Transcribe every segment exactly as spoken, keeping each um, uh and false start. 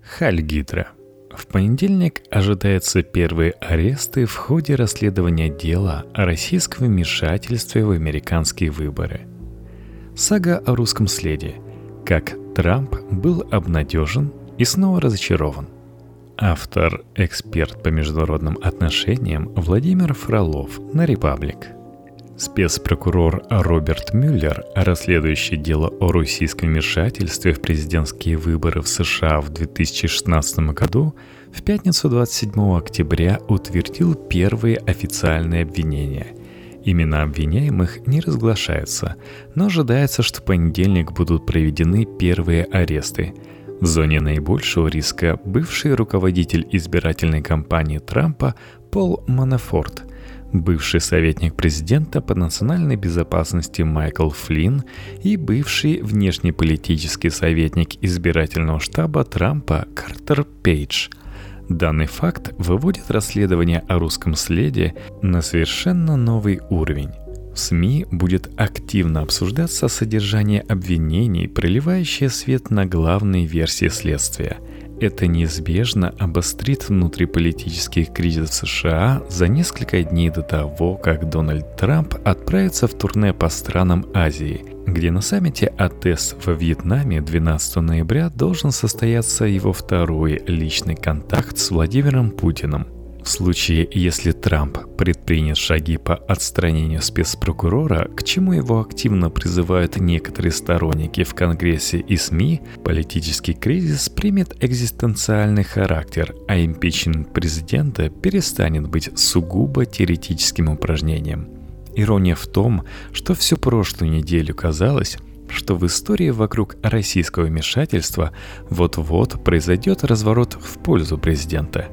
Хальгидра. В понедельник ожидаются первые аресты в ходе расследования дела о российском вмешательстве в американские выборы. Сага о русском следе. Как Трамп был обнадежен и снова разочарован. Автор, эксперт по международным отношениям Владимир Фролов на «Репаблик». Спецпрокурор Роберт Мюллер, расследующий дело о российском вмешательстве в президентские выборы в США в две тысячи шестнадцатом году, в пятницу двадцать седьмого октября утвердил первые официальные обвинения. Имена обвиняемых не разглашаются, но ожидается, что в понедельник будут проведены первые аресты. В зоне наибольшего риска бывший руководитель избирательной кампании Трампа Пол Манафорт, бывший советник президента по национальной безопасности Майкл Флинн и бывший внешнеполитический советник избирательного штаба Трампа Картер Пейдж. Данный факт выводит расследование о русском следе на совершенно новый уровень. В СМИ будет активно обсуждаться содержание обвинений, проливающее свет на главные версии следствия. Это неизбежно обострит внутриполитический кризис в США за несколько дней до того, как Дональд Трамп отправится в турне по странам Азии, где на саммите АТЭС во Вьетнаме двенадцатого ноября должен состояться его второй личный контакт с Владимиром Путиным. В случае, если Трамп предпринят шаги по отстранению спецпрокурора, к чему его активно призывают некоторые сторонники в Конгрессе и СМИ, политический кризис примет экзистенциальный характер, а импичмент президента перестанет быть сугубо теоретическим упражнением. Ирония в том, что всю прошлую неделю казалось, что в истории вокруг российского вмешательства вот-вот произойдет разворот в пользу президента.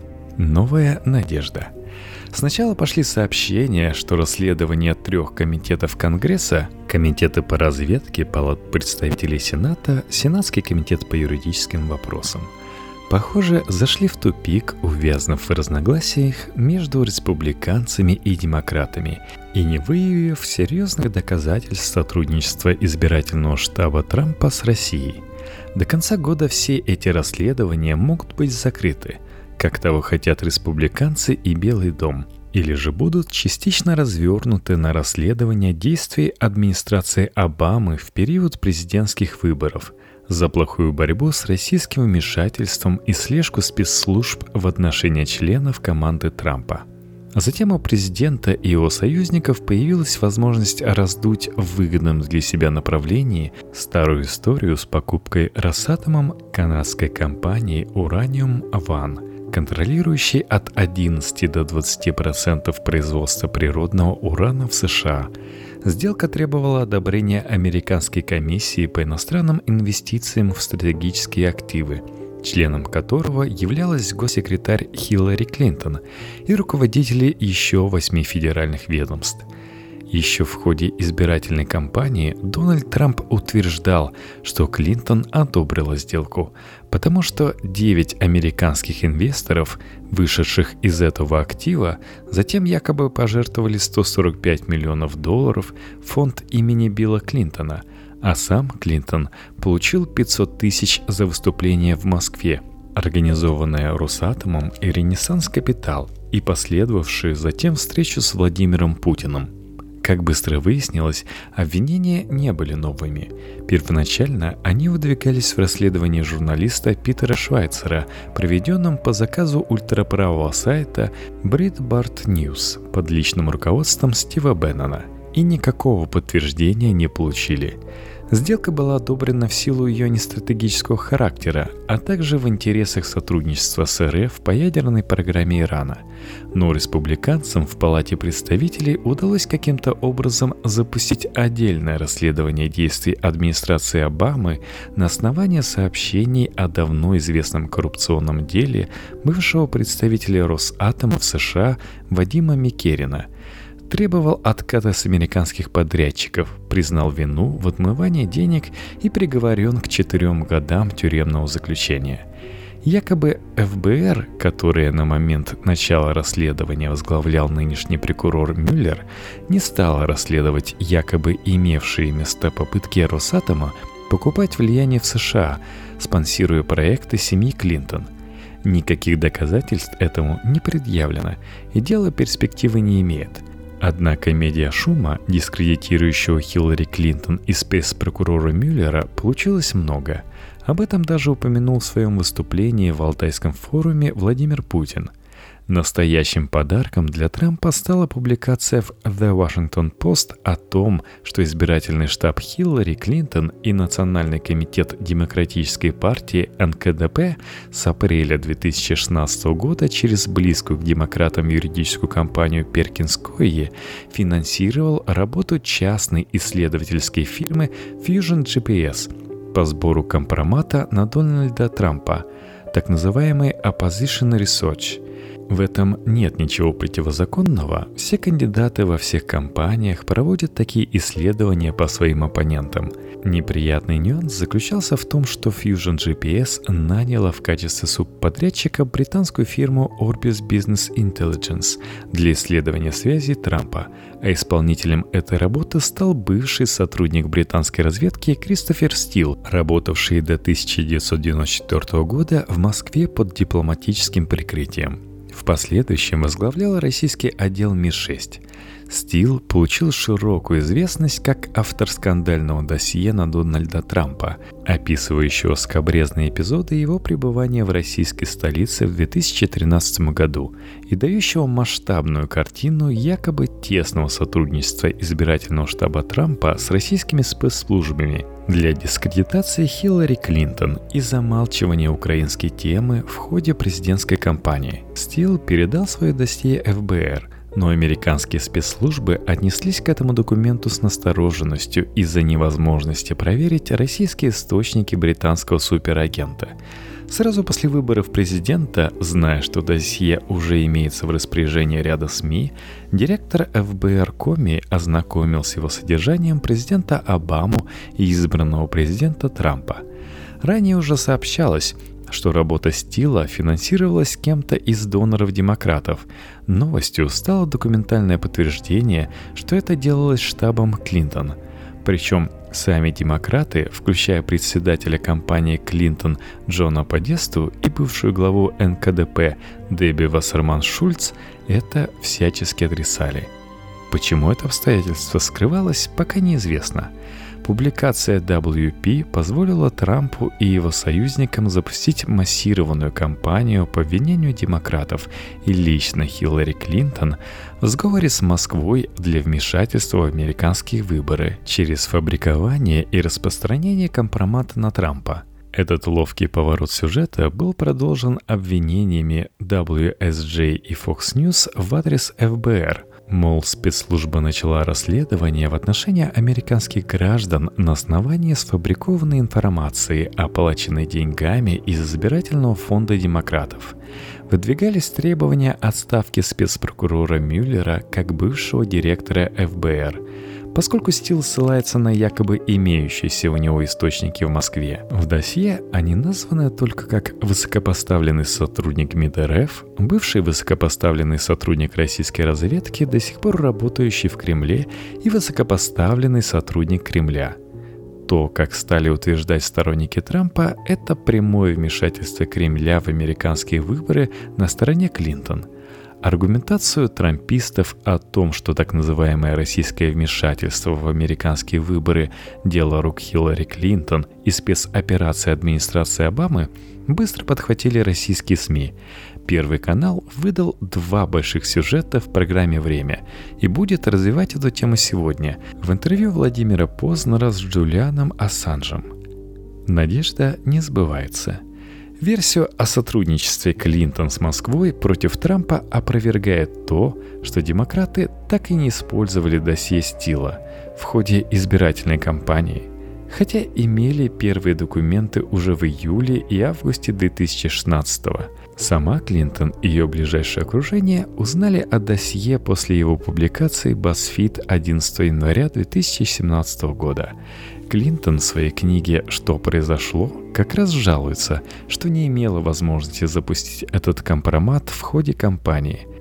Новая надежда. Сначала пошли сообщения, что расследование трех комитетов Конгресса, комитеты по разведке, Палат представителей Сената, Сенатский комитет по юридическим вопросам, похоже, зашли в тупик, увязнув в разногласиях между республиканцами и демократами и не выявив серьезных доказательств сотрудничества избирательного штаба Трампа с Россией. До конца года все эти расследования могут быть закрыты, как того хотят республиканцы и Белый дом, или же будут частично развернуты на расследование действий администрации Обамы в период президентских выборов за плохую борьбу с российским вмешательством и слежку спецслужб в отношении членов команды Трампа. Затем у президента и его союзников появилась возможность раздуть в выгодном для себя направлении старую историю с покупкой Росатомом канадской компании Uranium One, контролирующей от одиннадцати до двадцати процентов производства природного урана в США. Сделка требовала одобрения Американской комиссии по иностранным инвестициям в стратегические активы, членом которого являлась госсекретарь Хиллари Клинтон и руководители еще восьми федеральных ведомств. Еще в ходе избирательной кампании Дональд Трамп утверждал, что Клинтон одобрила сделку, потому что девять американских инвесторов, вышедших из этого актива, затем якобы пожертвовали сто сорок пять миллионов долларов в фонд имени Билла Клинтона, а сам Клинтон получил пятьсот тысяч за выступление в Москве, организованное Росатомом и Ренессанс Капитал, и последовавшую затем встречу с Владимиром Путиным. Как быстро выяснилось, обвинения не были новыми. Первоначально они выдвигались в расследовании журналиста Питера Швайцера, проведенном по заказу ультраправого сайта Breitbart News под личным руководством Стива Беннона, и никакого подтверждения не получили. Сделка была одобрена в силу ее нестратегического характера, а также в интересах сотрудничества с РФ по ядерной программе Ирана. Но республиканцам в Палате представителей удалось каким-то образом запустить отдельное расследование действий администрации Обамы на основании сообщений о давно известном коррупционном деле бывшего представителя Росатома в США Вадима Микерина. Требовал отката с американских подрядчиков, признал вину в отмывании денег и приговорен к четырем годам тюремного заключения. Якобы эф бэ эр, которое на момент начала расследования возглавлял нынешний прокурор Мюллер, не стало расследовать якобы имевшие место попытки Росатома покупать влияние в США, спонсируя проекты семьи Клинтон. Никаких доказательств этому не предъявлено, и дело перспективы не имеет. Однако медиашума, дискредитирующего Хиллари Клинтон и спецпрокурора Мюллера, получилось много. Об этом даже упомянул в своем выступлении в Алтайском форуме Владимир Путин. Настоящим подарком для Трампа стала публикация в The Washington Post о том, что избирательный штаб Хиллари Клинтон и Национальный комитет Демократической партии эн ка дэ пэ с апреля две тысячи шестнадцатого года через близкую к демократам юридическую компанию Перкинс Койе финансировал работу частной исследовательской фирмы Fusion джи пи эс по сбору компромата на Дональда Трампа, так называемый Opposition Research. В этом нет ничего противозаконного. Все кандидаты во всех кампаниях проводят такие исследования по своим оппонентам. Неприятный нюанс заключался в том, что Fusion джи пи эс наняла в качестве субподрядчика британскую фирму Orbis Business Intelligence для исследования связей Трампа, а исполнителем этой работы стал бывший сотрудник британской разведки Кристофер Стил, работавший до тысяча девятьсот девяносто четвёртого года в Москве под дипломатическим прикрытием. В последующем возглавлял российский отдел Ми шесть. Стил получил широкую известность как автор скандального досье на Дональда Трампа, описывающего скабрезные эпизоды его пребывания в российской столице в две тысячи тринадцатом году и дающего масштабную картину якобы тесного сотрудничества избирательного штаба Трампа с российскими спецслужбами для дискредитации Хиллари Клинтон и замалчивания украинской темы в ходе президентской кампании. Стил передал свое досье эф бэ эр, но американские спецслужбы отнеслись к этому документу с настороженностью из-за невозможности проверить российские источники британского суперагента. Сразу после выборов президента, зная, что досье уже имеется в распоряжении ряда СМИ, директор эф бэ эр Коми ознакомил с его содержанием президента Обаму и избранного президента Трампа. Ранее уже сообщалось, что работа Стила финансировалась кем-то из доноров-демократов. Новостью стало документальное подтверждение, что это делалось штабом Клинтон. Причем сами демократы, включая председателя кампании Клинтон Джона Подесту и бывшую главу эн ка дэ пэ Дебби Вассерман-Шульц, это всячески отрицали. Почему это обстоятельство скрывалось, пока неизвестно. Публикация дабл ю пи позволила Трампу и его союзникам запустить массированную кампанию по обвинению демократов и лично Хиллари Клинтон в сговоре с Москвой для вмешательства в американские выборы через фабрикование и распространение компромата на Трампа. Этот ловкий поворот сюжета был продолжен обвинениями дабл ю эс джей и Fox News в адрес эф бэ эр. Мол, спецслужба начала расследование в отношении американских граждан на основании сфабрикованной информации, оплаченной деньгами из избирательного фонда демократов. Выдвигались требования отставки спецпрокурора Мюллера как бывшего директора эф бэ эр. Поскольку Стил ссылается на якобы имеющиеся у него источники в Москве, в досье они названы только как высокопоставленный сотрудник МИД эр эф, бывший высокопоставленный сотрудник российской разведки, до сих пор работающий в Кремле, и высокопоставленный сотрудник Кремля. То, как стали утверждать сторонники Трампа, это прямое вмешательство Кремля в американские выборы на стороне Клинтон. Аргументацию трампистов о том, что так называемое российское вмешательство в американские выборы – дело рук Хиллари Клинтон и спецоперации администрации Обамы, быстро подхватили российские СМИ. Первый канал выдал два больших сюжета в программе «Время» и будет развивать эту тему сегодня в интервью Владимира Познера с Джулианом Ассанжем. Надежда не сбывается. Версию о сотрудничестве Клинтон с Москвой против Трампа опровергает то, что демократы так и не использовали досье Стила в ходе избирательной кампании, хотя имели первые документы уже в июле и августе две тысячи шестнадцатого. Сама Клинтон и ее ближайшее окружение узнали о досье после его публикации BuzzFeed одиннадцатого января две тысячи семнадцатого года. Клинтон в своей книге «Что произошло» как раз жалуется, что не имела возможности запустить этот компромат в ходе кампании,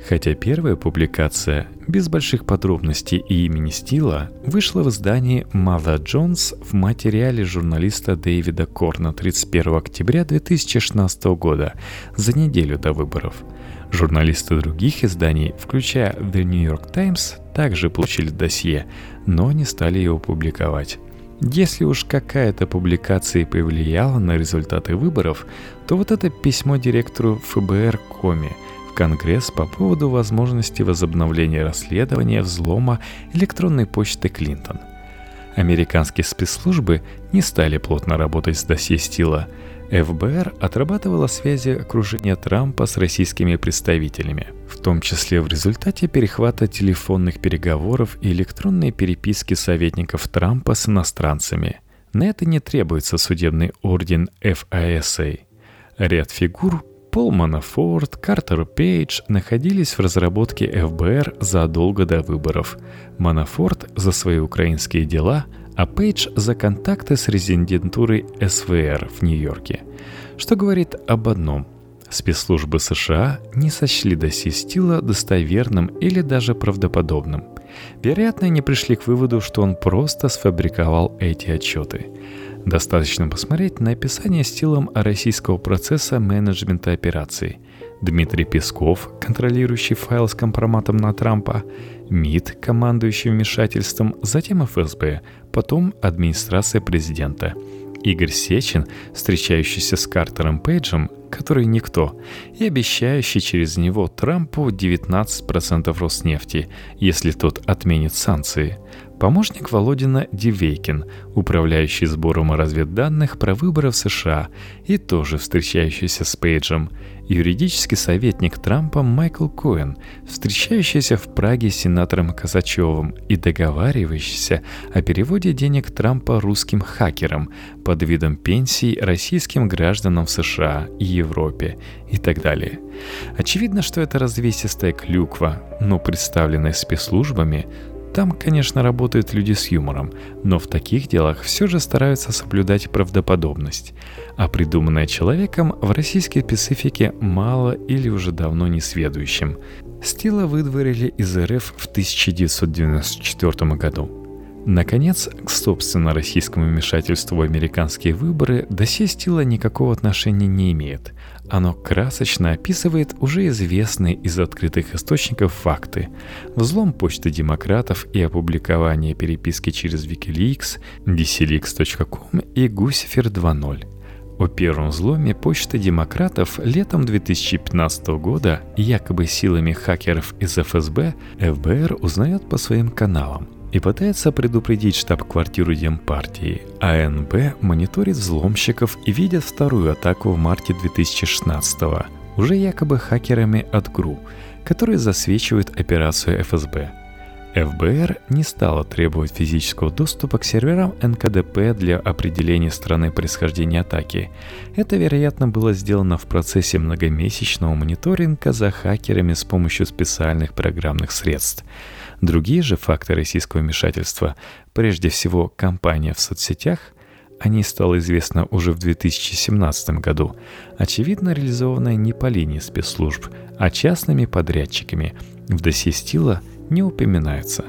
Хотя первая публикация, без больших подробностей и имени Стила, вышла в издании Mother Jones в материале журналиста Дэвида Корна тридцать первого октября две тысячи шестнадцатого года, за неделю до выборов. Журналисты других изданий, включая The New York Times, также получили досье, но не стали его публиковать. Если уж какая-то публикация повлияла на результаты выборов, то вот это письмо директору эф бэ эр Коми в Конгресс по поводу возможности возобновления расследования взлома электронной почты Клинтон. Американские спецслужбы не стали плотно работать с досье Стила. эф бэ эр отрабатывала связи окружения Трампа с российскими представителями, в том числе в результате перехвата телефонных переговоров и электронной переписки советников Трампа с иностранцами. На это не требуется судебный орден эф а эс эй. Ряд фигур Пол Манафорт, Картер Пейдж находились в разработке эф бэ эр задолго до выборов. Манафорт за свои украинские дела, а Пейдж за контакты с резидентурой эс вэ эр в Нью-Йорке. Что говорит об одном: спецслужбы США не сочли досье Стила достоверным или даже правдоподобным. Вероятно, они пришли к выводу, что он просто сфабриковал эти отчеты. Достаточно посмотреть на описание Стилом российского процесса менеджмента операций. Дмитрий Песков, контролирующий файл с компроматом на Трампа, МИД, командующий вмешательством, затем эф эс бэ, потом администрация президента. Игорь Сечин, встречающийся с Картером Пейджем, который никто, и обещающий через него Трампу девятнадцать процентов Роснефти, если тот отменит санкции. Помощник Володина Дивейкин, управляющий сбором разведданных про выборы в США и тоже встречающийся с Пейджем. Юридический советник Трампа Майкл Коэн, встречающийся в Праге с сенатором Косачевым и договаривающийся о переводе денег Трампа русским хакерам под видом пенсий российским гражданам в США и Европе и так далее. Очевидно, что это развесистая клюква, но представленная спецслужбами. Там, конечно, работают люди с юмором, но в таких делах все же стараются соблюдать правдоподобность. А придуманное человеком в российской специфике мало или уже давно несведущим. Стила выдворили из эр эф в тысяча девятьсот девяносто четвёртом году. Наконец, к собственно российскому вмешательству в американские выборы досье Стила никакого отношения не имеет. Оно красочно описывает уже известные из открытых источников факты: взлом почты демократов и опубликование переписки через Wikileaks, ди си ликс точка ком и Гусифер два ноль. О первом взломе почты демократов летом две тысячи пятнадцатого года якобы силами хакеров из эф эс бэ эф бэ эр узнает по своим каналам и пытается предупредить штаб-квартиру Демпартии. а эн бэ мониторит взломщиков и видит вторую атаку в марте две тысячи шестнадцатого, уже якобы хакерами от ГРУ, которые засвечивают операцию эф эс бэ. эф бэ эр не стала требовать физического доступа к серверам эн ка дэ пэ для определения страны происхождения атаки. Это, вероятно, было сделано в процессе многомесячного мониторинга за хакерами с помощью специальных программных средств. Другие же факты российского вмешательства, прежде всего кампания в соцсетях, о ней стало известно уже в две тысячи семнадцатом году, очевидно реализованная не по линии спецслужб, а частными подрядчиками, в досье Стила не упоминаются.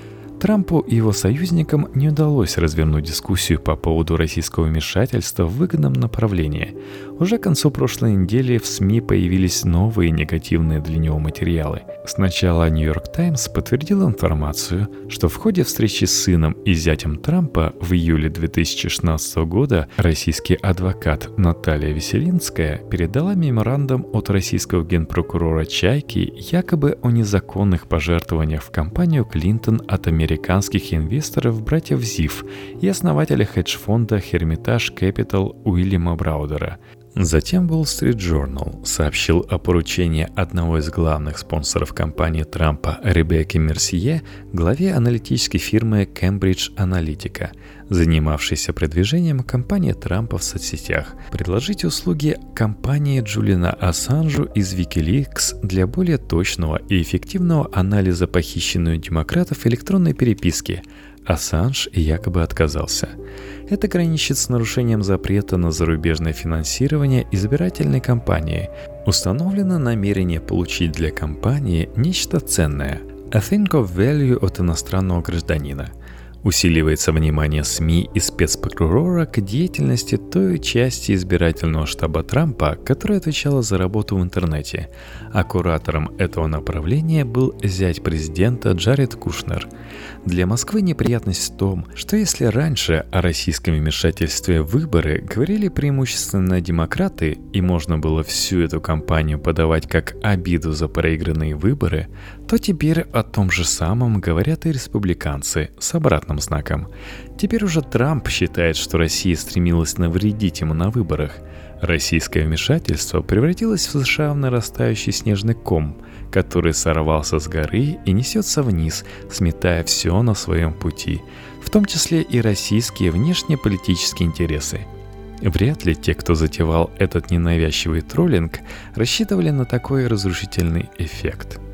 Трампу и его союзникам не удалось развернуть дискуссию по поводу российского вмешательства в выгодном направлении. Уже к концу прошлой недели в СМИ появились новые негативные для него материалы. Сначала New York Times подтвердил информацию, что в ходе встречи с сыном и зятем Трампа в июле две тысячи шестнадцатого года российский адвокат Наталья Веселинская передала меморандум от российского генпрокурора Чайки якобы о незаконных пожертвованиях в кампанию Клинтон от американских инвесторов братьев Зиф и основателя хедж-фонда Hermitage Capital Уильяма Браудера. Затем Wall Street Journal сообщил о поручении одного из главных спонсоров кампании Трампа Ребекки Мерсье главе аналитической фирмы Cambridge Analytica, занимавшейся продвижением кампании Трампа в соцсетях, предложить услуги компании Джулиана Ассанжу из Wikileaks для более точного и эффективного анализа похищенной у демократов электронной переписки, Ассанж якобы отказался. Это граничит с нарушением запрета на зарубежное финансирование избирательной кампании. Установлено намерение получить для кампании нечто ценное – a thing of value от иностранного гражданина. Усиливается внимание СМИ и спецпрокурора к деятельности той части избирательного штаба Трампа, которая отвечала за работу в интернете, а куратором этого направления был зять президента Джаред Кушнер. Для Москвы неприятность в том, что если раньше о российском вмешательстве в выборы говорили преимущественно демократы, и можно было всю эту кампанию подавать как обиду за проигранные выборы, то теперь о том же самом говорят и республиканцы с обратным знаком. Теперь уже Трамп считает, что Россия стремилась навредить ему на выборах. Российское вмешательство превратилось в США в нарастающий снежный ком, который сорвался с горы и несется вниз, сметая все на своем пути, в том числе и российские внешнеполитические интересы. Вряд ли те, кто затевал этот ненавязчивый троллинг, рассчитывали на такой разрушительный эффект.